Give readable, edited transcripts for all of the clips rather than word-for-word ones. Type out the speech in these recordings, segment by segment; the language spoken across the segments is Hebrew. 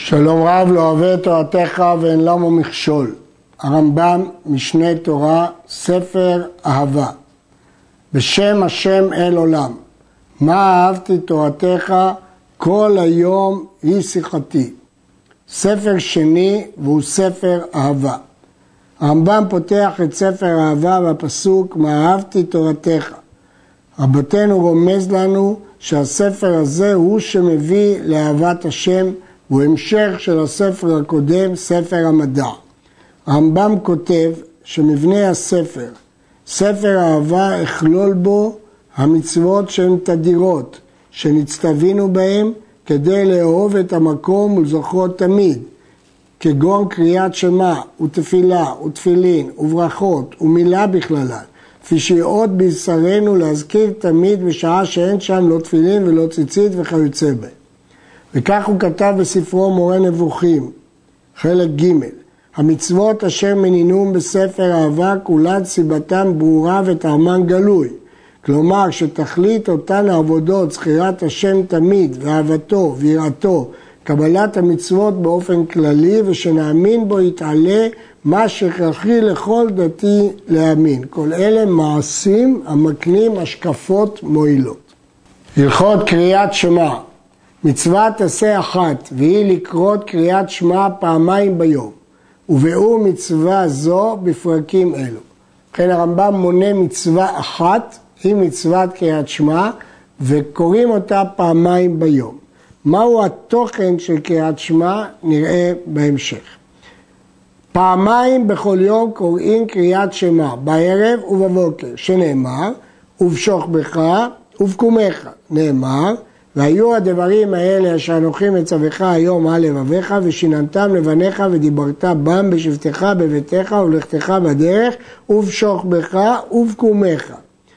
שלום רב, לא אוהב את תורתך ואין למו מכשול. הרמב"ם, משנה תורה, ספר אהבה. בשם השם אל עולם. מה אהבתי תורתך, כל היום היא שיחתי. ספר שני והוא ספר אהבה. הרמב"ם פותח את ספר אהבה בפסוק, מה אהבתי תורתך. רבותינו רומז לנו שהספר הזה הוא שמביא לאהבת השם, הוא המשך של הספר הקודם, ספר המדע. הרמב"ם כותב שמבנה הספר, ספר אהבה הכלול בו המצוות שהן תדירות, שנצטווינו בהן כדי לאהוב את המקום ולזכרות תמיד, כגון קריאת שמע ותפילה ותפילין וברכות ומילה בכללן, כפי שיעוד בישרנו להזכיר תמיד בשעה שאין שם לא תפילין ולא ציצית וכיוצא בהם. וכך הוא כתב בספרו מורה נבוכים, חלק ג' המצוות אשר מנינום בספר אהבה כולן סיבתם ברורה וטעמן גלוי. כלומר שתכלית אותן העבודות, זכירת השם תמיד ואהבתו ויראתו, קבלת המצוות באופן כללי ושנאמין בו יתעלה מה שהכרחי לכל דתי להאמין. כל אלה מעשים המקנים השקפות מועילות. הלכות קריאת שמע. מצוות עשה אחת, והיא לקרות קריאת שמע פעמיים ביום, וביאור מצווה זו בפרקים אלו. לכן הרמב"ם מונה מצווה אחת, היא מצוות קריאת שמע, וקוראים אותה פעמיים ביום. מהו התוכן של קריאת שמע? נראה בהמשך. פעמיים בכל יום קוראים קריאת שמע, בערב ובבוקר, שנאמר, ובשוך בך ובקומך, נאמר, והיו הדברים האלה אשר אנוכי מצווך היום על לבביך ושיננתם לבניך ודיברת בם בשבתך בביתך ולכתך בדרך ובשוך בך ובקומך.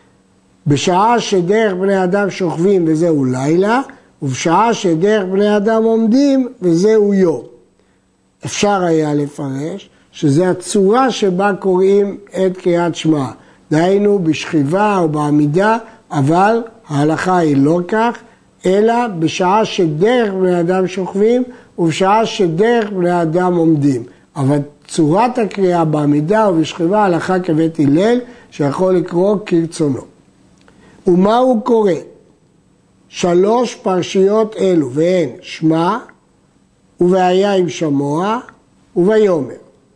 בשעה שדרך בני אדם שוכבים וזהו לילה, ובשעה שדרך בני אדם עומדים וזהו יום. אפשר היה לפרש שזה הצורה שבה קוראים את קריאת שמע, דהיינו בשכיבה או בעמידה, אבל ההלכה היא לא כך, אלא בשעה שדרך בני אדם שוכבים ובשעה שדרך בני אדם עומדים. אבל צורת הקריאה בעמידה ובשכיבה הלכה כבית הלל שיכול לקרוא כרצונו. ומה הוא קורא? 3 פרשיות אלו, והן שמע והיה עם שמוע ויאמר.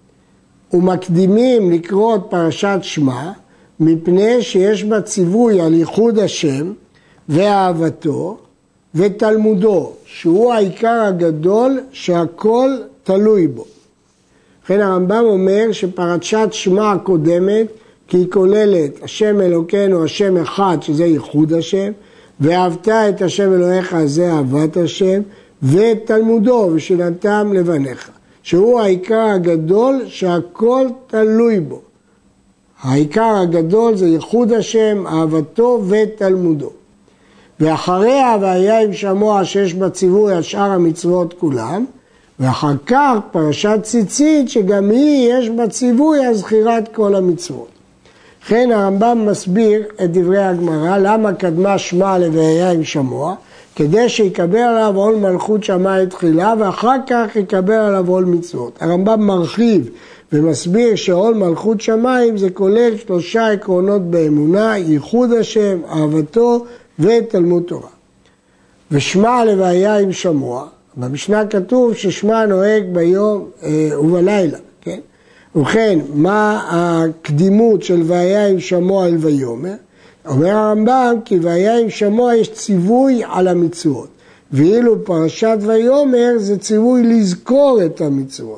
ומקדימים לקרוא את פרשת שמע מפני שיש בה ציווי על ייחוד השם ואהבתו ותלמודו, שהוא העיקר הגדול שהכל תלוי בו. לכן הרמב"ם אומר שפרשת שמע הקודמת, כי היא כוללת השם אלוקינו, השם אחד, שזה ייחוד השם, ואהבת את השם אלוהיך, זה אהבת השם, ותלמודו, ושיננתם לבניך, שהוא העיקר הגדול שהכל תלוי בו. העיקר הגדול זה ייחוד השם, אהבתו ותלמודו. ואחריה והיה עם שמוע שיש בה ציווי על שאר המצוות כולם, ואחר כך פרשת ציצית שגם היא יש בה ציווי על זכירת כל המצוות. לכן הרמב"ם מסביר את דברי הגמרא, למה קדמה שמע לוהיה עם שמוע, כדי שיקבל עליו עול מלכות שמיים תחילה ואחר כך יקבל עליו עול מצוות. הרמב"ם מרחיב ומסביר שעול מלכות שמיים זה כולל 3 עקרונות באמונה, ייחוד השם, אהבתו ותלמוד תורה. ושמע לוהיה עם שמוע, במשנה כתוב ששמע נוהג ביום ובלילה, כן? ובכן, מה הקדימות של והיה עם שמוע אל ויאמר? אומר הרמב"ם כי והיה עם שמוע יש ציווי על המצוות, ואילו פרשת ויאמר זה ציווי לזכור את המצוות.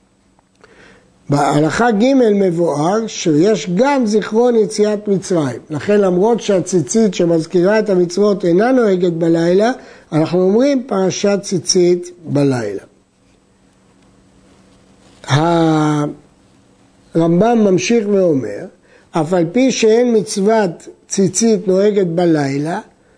בהלכה ג' מבואר שיש גם זיכרון יציאת מצרים. לכן למרות שהציצית שמזכירה את המצוות אינה נוהגת בלילה, אנחנו אומרים פרשת ציצית בלילה. הרמב"ם ממשיך ואומר, אף על פי שאין מצוות ציצית נוהגת בלילה,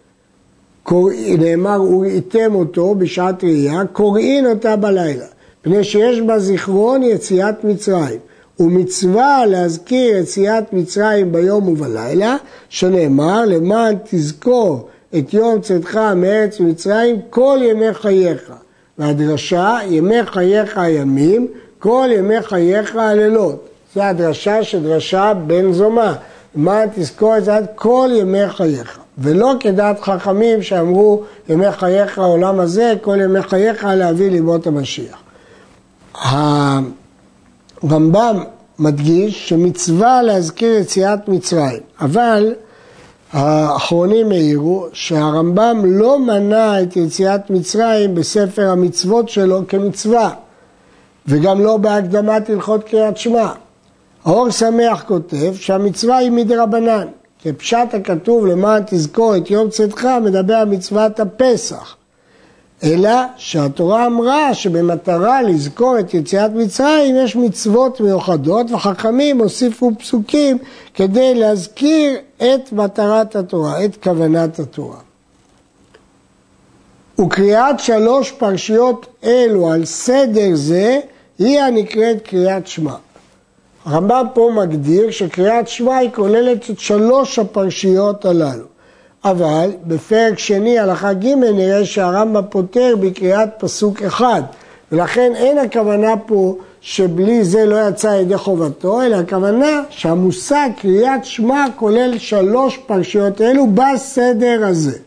נאמר וראיתם אותו בשעת ראייה, קוראין אותה בלילה. פני שיש בה זיכרון יציאת מצרים, ומצווה להזכיר יציאת מצרים ביום ובלילה, שנאמר למען תזכור את יום צאתך מארץ מצרים כל ימי חייך, והדרשה ימי חייך הימים, כל ימי חייך הלילות. זו הדרשה שדרשה בן זומא. מה תזכור את זה עד כל ימי חייך. ולא כדעת חכמים שאמרו ימי חייך העולם הזה, כל ימי חייך להביא לימות המשיח. הרמב"ם מדגיש שמצווה להזכיר יציאת מצרים, אבל האחרונים העירו שהרמב"ם לא מנע את יציאת מצרים בספר המצוות שלו כמצווה, וגם לא בהקדמת הלכות קריאת שמע. האור שמח כותב שהמצווה היא מדרבנן, כפשט הכתוב למען תזכור את יום צאתך מדבר על מצוות הפסח. אלא שהתורה אמרה שבמטרה לזכור את יציאת מצרים יש מצוות מיוחדות, וחכמים הוסיפו פסוקים כדי להזכיר את מטרת התורה, את כוונת התורה. וקריאת 3 פרשיות אלו על סדר זה היא הנקראת קריאת שמע. הרמב"ם פה מגדיר שקריאת שמע היא כוללת את 3 הפרשיות הללו. אבל בפרק שני הלכה ג' נראה שהרמב"ם פותר בקריאת פסוק אחד, ולכן אין הכוונה פה שבלי זה לא יצא ידי חובתו, אלא הכוונה שהמושג קריאת שמע כולל 3 פרשיות אלו בסדר הזה.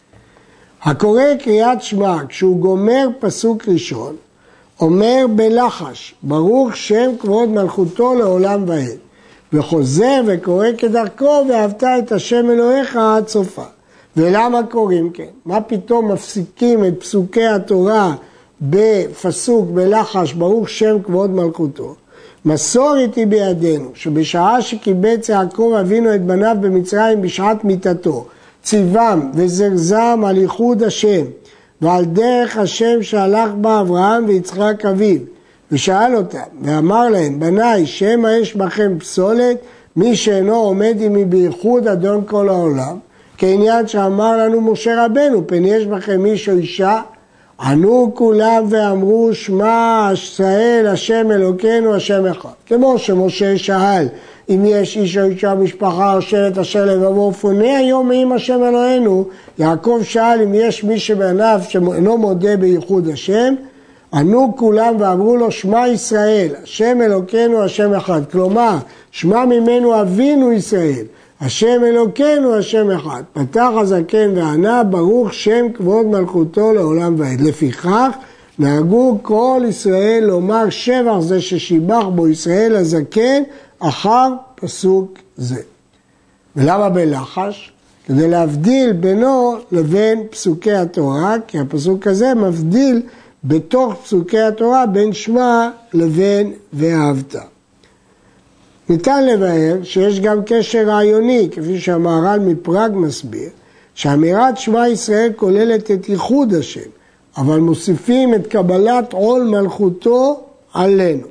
הקורא קריאת שמע כשהוא גומר פסוק ראשון, אומר בלחש, ברוך שם כבוד מלכותו לעולם ועד, וחוזר וקורא כדרכו, ואהבת את השם אלוהיך עד סופה. ולמה קוראים כן? מה פתאום מפסיקים את פסוקי התורה בפסוק בלחש, ברוך שם כבוד מלכותו? מסורת היא בידינו, שבשעה שקיבץ יעקב אבינו את בניו במצרים בשעת מיתתו, ציוום וזרזם על ייחוד השם, ועל דרך השם שהלך בה אברהם ויצחק אביו, ושאל אותם, ואמר להם, בניי, שמא יש בכם פסולת, מי שאינו עומד עמי בייחוד אדון כל העולם, כעניין שאמר לנו משה רבנו, פן יש בכם איש או אישה, ענו כולם ואמרו, שמע ישראל השם אלוקינו השם אחד. כמו שמשה שאל, אם יש איש או אישה משפחה או שבט אשר לבבו ופונה היום עם השם אלוהינו, יעקב שאל אם יש מי שבעיניו שאינו מודה בייחוד השם, ענו כולם ואמרו לו, שמע ישראל, השם אלוקינו, השם אחד. כלומר, שמע ממנו אבינו ישראל, השם אלוקינו, השם אחד. פתח הזקן וענה, ברוך שם כבוד מלכותו לעולם ועד. לפיכך, נהגו כל ישראל לומר שבח זה ששיבח בו ישראל הזקן, אחר פסוק זה. ולמה בלחש? כדי להבדיל בינו לבין פסוקי התורה, כי הפסוק הזה מבדיל בתוך פסוקי התורה בין שמע לבין ואהבת. ניתן לבאר שיש גם קשר רעיוני, כפי שהמהר"ל מפראג מסביר, שאמירת שמע ישראל כוללת את ייחוד השם, אבל מוסיפים את קבלת עול מלכותו עלינו.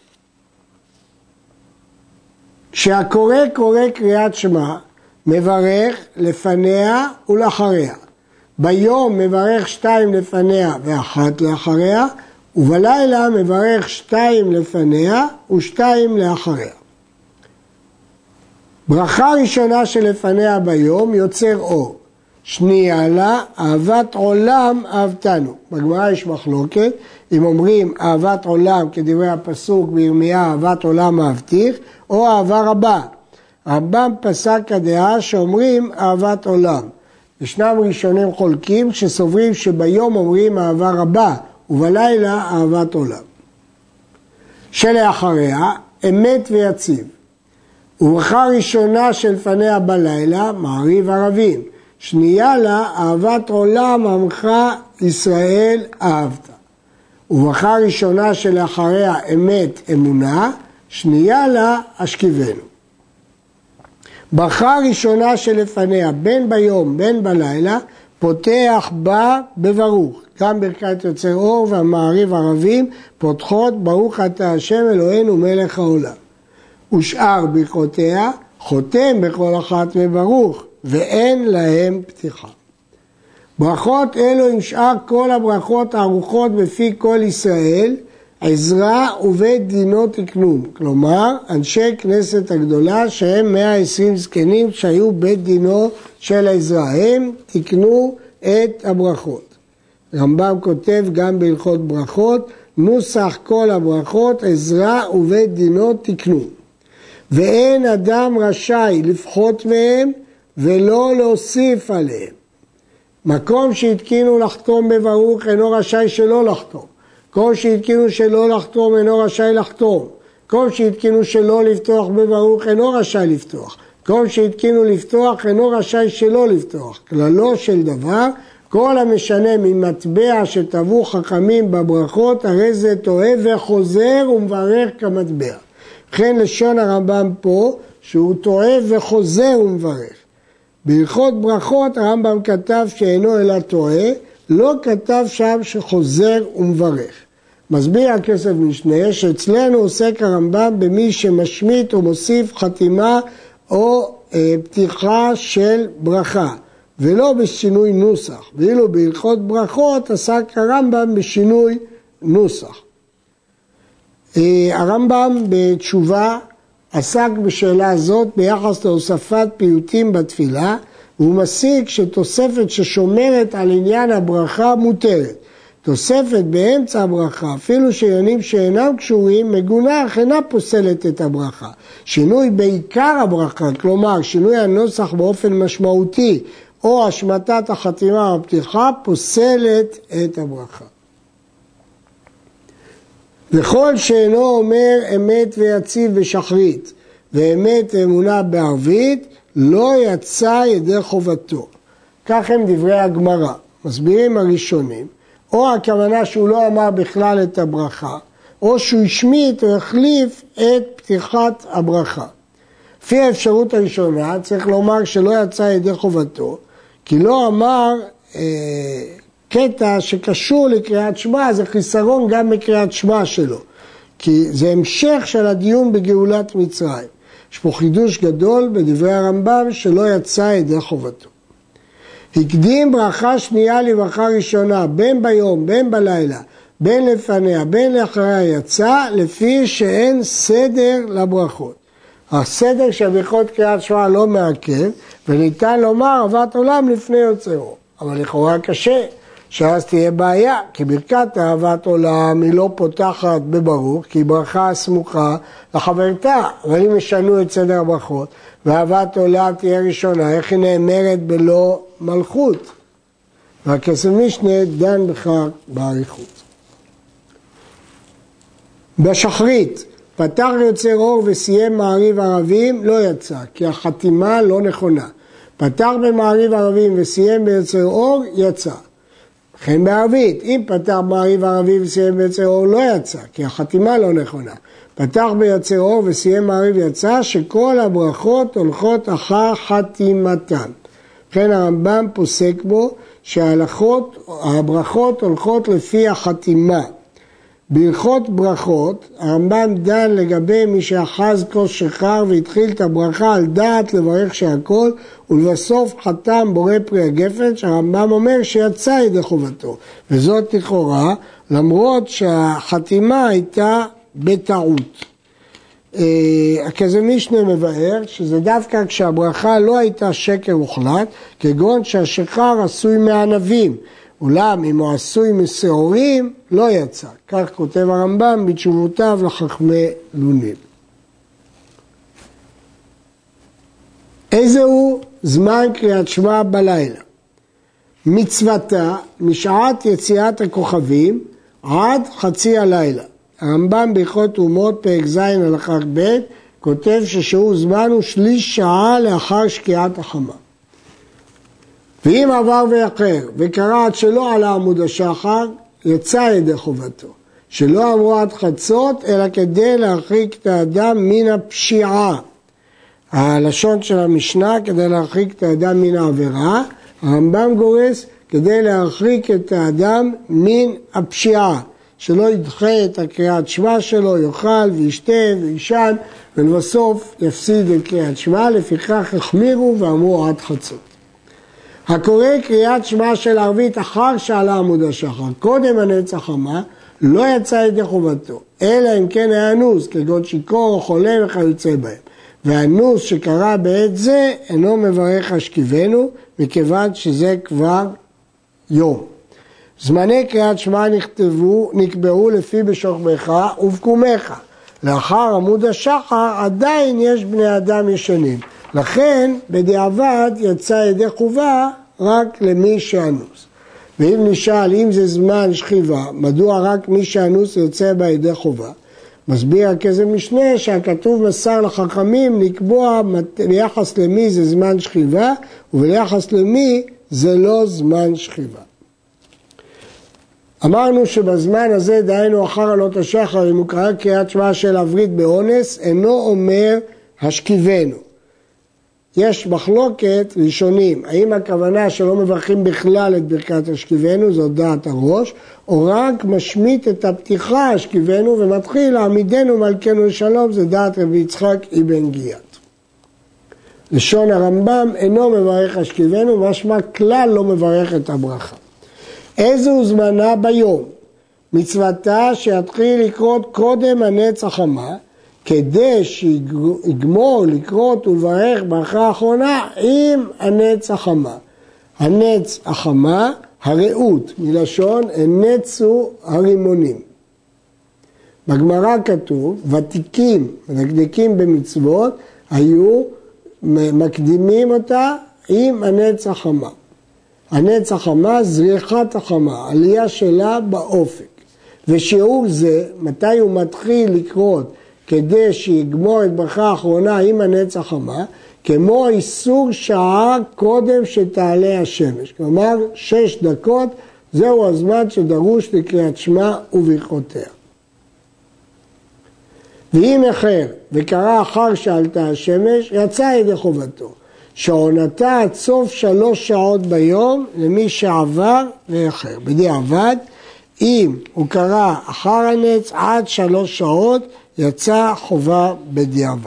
כשהקורא קורא קריאת שמע, מברך לפניה ולאחריה. ביום מברך 2 לפניה ו1 לאחריה, ובלילה מברך 2 לפניה ו2 לאחריה. ברכה ראשונה שלפניה ביום יוצר אור, שנייה לה אהבת עולם אהבתנו. בגמרא יש מחלוקת, אם אומרים אהבת עולם כדברי הפסוק בירמיה אהבת עולם אהבתיך, או אהבה רבה. הרמב"ם פסק הדעה שאומרים אהבת עולם. ישנם ראשונים חולקים שסוברים שביום אומרים אהבה רבה ובלילה אהבת עולם. שלאחריה אמת ויציב. וברכה ראשונה שלפניה בלילה מעריב ערבים. שנייה לה אהבת עולם עמך ישראל אהבת. וברכה ראשונה שלאחריה אמת אמונה. שנייה לה אשכיבנו. ברכה ראשונה שלפניה בין ביום בין בלילה פותח בה בברוך. גם ברכת יוצר אור והמעריב ערבים פותחות ברוך אתה השם אלוהינו מלך העולם. ושאר ברכותיה חותם בכל אחת בברוך ואין להם פתיחה. ברכות אלו עם שאר כל הברכות הערוכות בפי כל ישראל, עזרא ובית דינו תקנום, כלומר אנשי כנסת הגדולה שהם 120 זקנים שהיו בית דינו של עזרא, הם תקנו את הברכות. רמב"ם כותב גם בהלכות ברכות, נוסח כל הברכות, עזרא ובית דינו תקנו. ואין אדם רשאי לפחות מהם ולא להוסיף עליהם. מקום שהתקינו לחתום בברוך אינו רשאי שלא לחתום. כל שהתקינו שלא לחתום אינו רשאי לחתום. כל שהתקינו שלא לפתוח בברוך אינו רשאי לפתוח. כל שהתקינו לפתוח אינו רשאי שלא לפתוח. כללו של דבר, כל המשנה ממטבע שטבעו חכמים בברכות, הרי זה טועה וחוזר ומברך כמטבע. לכן לשון הרמב"ם פה, שהוא טועה וחוזר ומברך. בהלכות ברכות הרמב"ם כתב שאינו אלא טועה, לא כתב שם שחוזר ומברך. מסביר הכסף משנה שאצלנו עוסק הרמב"ם במי שמשמיט ומוסיף חתימה או פתיחה של ברכה, ולא בשינוי נוסח. ואילו בהלכות ברכות עסק הרמב"ם בשינוי נוסח. הרמב"ם בתשובה עסק בשאלה הזאת ביחס להוספת פיוטים בתפילה, והוא מסיק שתוספת ששומרת על עניין הברכה מותרת. תוספת באמצע הברכה, אפילו שעניינים שאינם קשורים, מגונה אך אינה פוסלת את הברכה. שינוי בעיקר הברכה, כלומר שינוי הנוסח באופן משמעותי, או השמטת החתימה או הפתיחה, פוסלת את הברכה. וכל שאינו אומר אמת ויציב בשחרית, ואמת ואמונה בערבית, לא יצא ידי חובתו. כך הם דברי הגמרא. מסבירים הראשונים, או הכוונה שהוא לא אמר בכלל את הברכה, או שהוא השמיט או החליף את פתיחת הברכה. לפי האפשרות הראשונה צריך לומר שלא יצא ידי חובתו, כי לא אמר קטע שקשור לקריאת שמע, זה חיסרון גם בקריאת שמע שלו, כי זה המשך של הדיון בגאולת מצרים. יש פה חידוש גדול בדברי הרמב"ם שלא יצא ידי חובתו. הקדים ברכה שנייה לברכה ראשונה, בין ביום, בין בלילה, בין לפניה, בין לאחריה יצא, לפי שאין סדר לברכות. הסדר של ברכות קריאת שמע לא מעכב, וניתן לומר אהבת עולם לפני יוצרו. אבל לכאורה קשה, שאז תהיה בעיה, כי ברכת אהבת עולם היא לא פותחת בברוך, כי היא ברכה סמוכה לחברתה, אבל אם ישנו את סדר הברכות, ואהבת עולם תהיה ראשונה, איך היא נאמרת בלא מלכות? והכסף משנה דן בכך באריכות. בשחרית, פתח יוצר אור וסיים מעריב ערבים, לא יצא, כי החתימה לא נכונה. פתח במעריב ערבים וסיים ביוצר אור, יצא. לכן בערבית, אם פתח במעריב ערבים וסיים ביוצר אור, לא יצא, כי החתימה לא נכונה. פתח ביוצר אור וסיים מעריב יצא, שכל הברכות הולכות אחר חתימתן. לכן הרמב"ם פוסק בו שהברכות הולכות לפי החתימה. בהלכות ברכות, הרמב"ם דן לגבי מי שאחז כוס שחר והתחיל את הברכה על דעת לברך שהכל, ולבסוף חתם בורא פרי הגפן, שהרמב"ם אומר שיצא ידי חובתו. וזאת לכאורה, למרות שהחתימה הייתה בטעות. הכסף משנה מבאר שזה דווקא כשהברכה לא הייתה שקר מוחלט, כגון שהשחר עשוי מענבים. אולם אם הוא עשוי משעורים, לא יצא. כך כותב הרמב"ם בתשובותיו לחכמי לונים. איזהו זמן קריאת שמע בלילה? מצוותה משעת יציאת הכוכבים עד חצי הלילה. הרמב"ם בהלכות אומות פרק ז' הלכה ב' כותב ששהוא זמן הוא שליש שעה לאחר שקיעת החמה. ואם עבר ויחר וקרא עד שלא עלה עמוד השחר, יצא ידי חובתו. שלא אמרו עד חצות, אלא כדי להרחיק את האדם מן הפשיעה. הלשון של המשנה כדי להרחיק את האדם מן העבירה, הרמב"ם גורס כדי להרחיק את האדם מן הפשיעה. שלא ידחה את הקריאת שמע שלו, יאכל וישתה וישן, ולבסוף יפסיד את קריאת שמע, לפיכך החמירו ואמרו עד חצות. הקורא קריאת שמע של ערבית אחר שעלה עמוד השחר, קודם הנץ החמה, לא יצא ידי חובתו, אלא אם כן היה נוס, כגון שיכור או חולה וכיוצא בהם. והנוס שקרא בעת זה אינו מברך השכיבנו, מכיוון שזה כבר יום. זמני קריאת שמע נקבעו לפי בשוכבך ובקומך. לאחר עמוד השחר עדיין יש בני אדם ישנים. לכן בדיעבד יצא ידי חובה רק למי שאנוס. ואם נשאל אם זה זמן שכיבה, מדוע רק מי שאנוס יוצא בידי חובה? מסביר הכסף משנה שהכתוב מסר לחכמים לקבוע ביחס למי זה זמן שכיבה וביחס למי זה לא זמן שכיבה. אמרנו שבזמן הזה, דהיינו אחר עלות השחר, אם הוא קרא קריאת שמע של עברית באונס, אינו אומר השכיבנו. יש מחלוקת ראשונים, האם הכוונה שלא מברכים בכלל את ברכת השכיבנו, זאת דעת הראש, או רק משמיט את הפתיחה השכיבנו ומתחיל העמידנו מלכנו לשלום, זה דעת רבי יצחק אבן גיאת. לשון הרמב"ם אינו מברך השכיבנו, משמע כלל לא מברך את הברכה. איזו זמנה ביום? מצוותה שיתחיל לקרות קודם הנץ החמה, כדי שיגמור לקרות ולברך ברכה האחרונה עם הנץ החמה. הנץ החמה, הרעות, מלשון הנצו הרימונים. בגמרא כתוב, ותיקים מדקדקים במצוות, היו מקדימים אותה עם הנץ החמה. הנץ החמה, זריחת החמה, עלייה שלה באופק. ושיעור זה, מתי הוא מתחיל לקרות כדי שיגמור את ברכה האחרונה עם הנץ החמה, כמו איסור שעה קודם שתעלה השמש. כלומר, 6 דקות, זהו הזמן שדרוש לקריאת שמע וברכותיה. ואם אחר וקרא אחר שעלתה השמש, יצא ידי חובתו. שעונתה עד סוף 3 שעות ביום למי שעבר ואחר. בדיעבד, אם הוא קרא אחר הנץ עד 3 שעות, יצא חובה בדיעבד.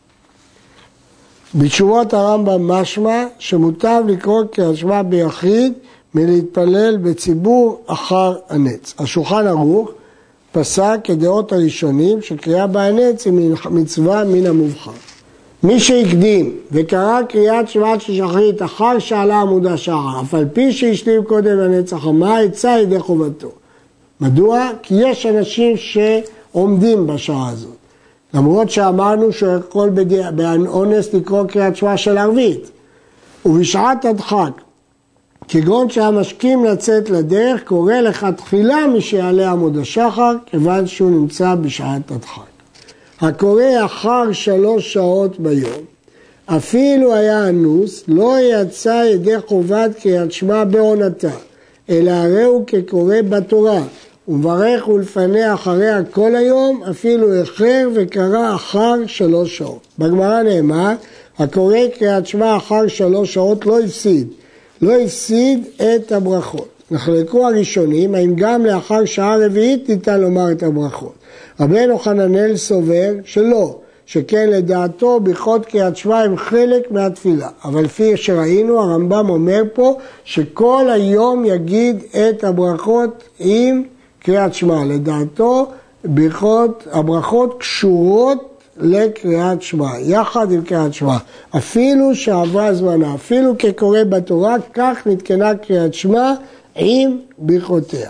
בתשובות הרמב"ם משמע שמוטב לקרוא קריאת שמע ביחיד מלהתפלל בציבור אחר הנץ. השולחן ערוך פסק כדעות הראשונים שקריאה בהנץ היא מצווה מן המובחר. מי שהקדים וקרא קריאת שמע של שחרית אחר שעלה עמוד השחר, אף על פי שהשלים קודם הנץ החמה, יצא ידי חובתו. מדוע? כי יש אנשים שעומדים בשעה הזאת. למרות שאמרנו שיכול באונס לקרוא קריאת שמע של ערבית. ובשעת הדחק, כגון שהמשכים לצאת לדרך, קורא לך תחילה משיעלה עמוד השחר, כיוון שהוא נמצא בשעת הדחק. הקורא אחר 3 שעות ביום, אפילו היה אנוס, לא יצא ידי חובת קריאת שמע בעונתה, אלא הרי הוא כקורא בתורה, ומברך ולפניה אחריה כל היום, אפילו אחר וקרא אחר 3 שעות. בגמרא נאמר, הקורא קריאת שמע אחר 3 שעות לא הפסיד את הברכות. נחלקו הראשונים, האם גם לאחר שעה רביעית ניתן לומר את הברכות. רבנו חננאל סובר שלא, שכן לדעתו ברכות קריאת שמע הם חלק מהתפילה. אבל לפי שראינו, הרמב"ם אומר פה שכל היום יגיד את הברכות עם קריאת שמע. לדעתו הברכות קשורות לקריאת שמע, יחד עם קריאת שמע. אפילו שעברה זמנה, אפילו כקורא בתורה, כך נתקנה קריאת שמע עם ברכותיה.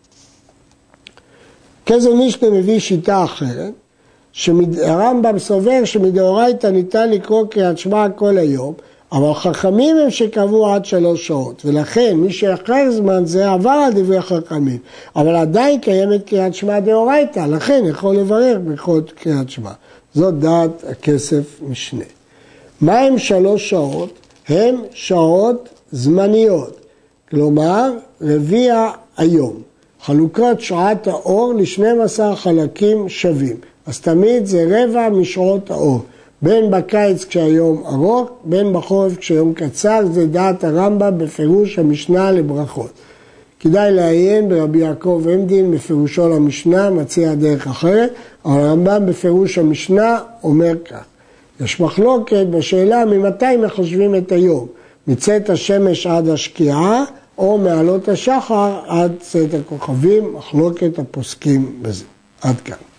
כזו משנה מביא שיטה אחרת, שהרמב"ם סובר שמדאורייתא ניתן לקרוא קריאת שמע כל היום, אבל חכמים הם שקבעו עד 3 שעות, ולכן מי שאחר זמן זה עבר על דברי חכמים, אבל עדיין קיימת קריאת שמע דאורייתא, לכן יכול לברך ברכות קריאת שמע. זאת דעת הכסף משנה. מה הם 3 שעות? הם שעות זמניות, כלומר רביע היום. חלוקת שעת האור ל12 חלקים שווים. אז תמיד זה רבע משעות האור. בין בקיץ כשהיום ארוך, בין בחורף כשהיום קצר, זה דעת הרמב"ם בפירוש המשנה לברכות. כדאי לעיין ברבי יעקב עמדין בפירושו למשנה, מציע דרך אחרת, אבל הרמב"ם בפירוש המשנה אומר כך. יש מחלוקת בשאלה ממתי מחשבים את היום, מצאת השמש עד השקיעה, או מעלות השחר עד צאת הכוכבים, מחלוקת הפוסקים בזה. עד כאן.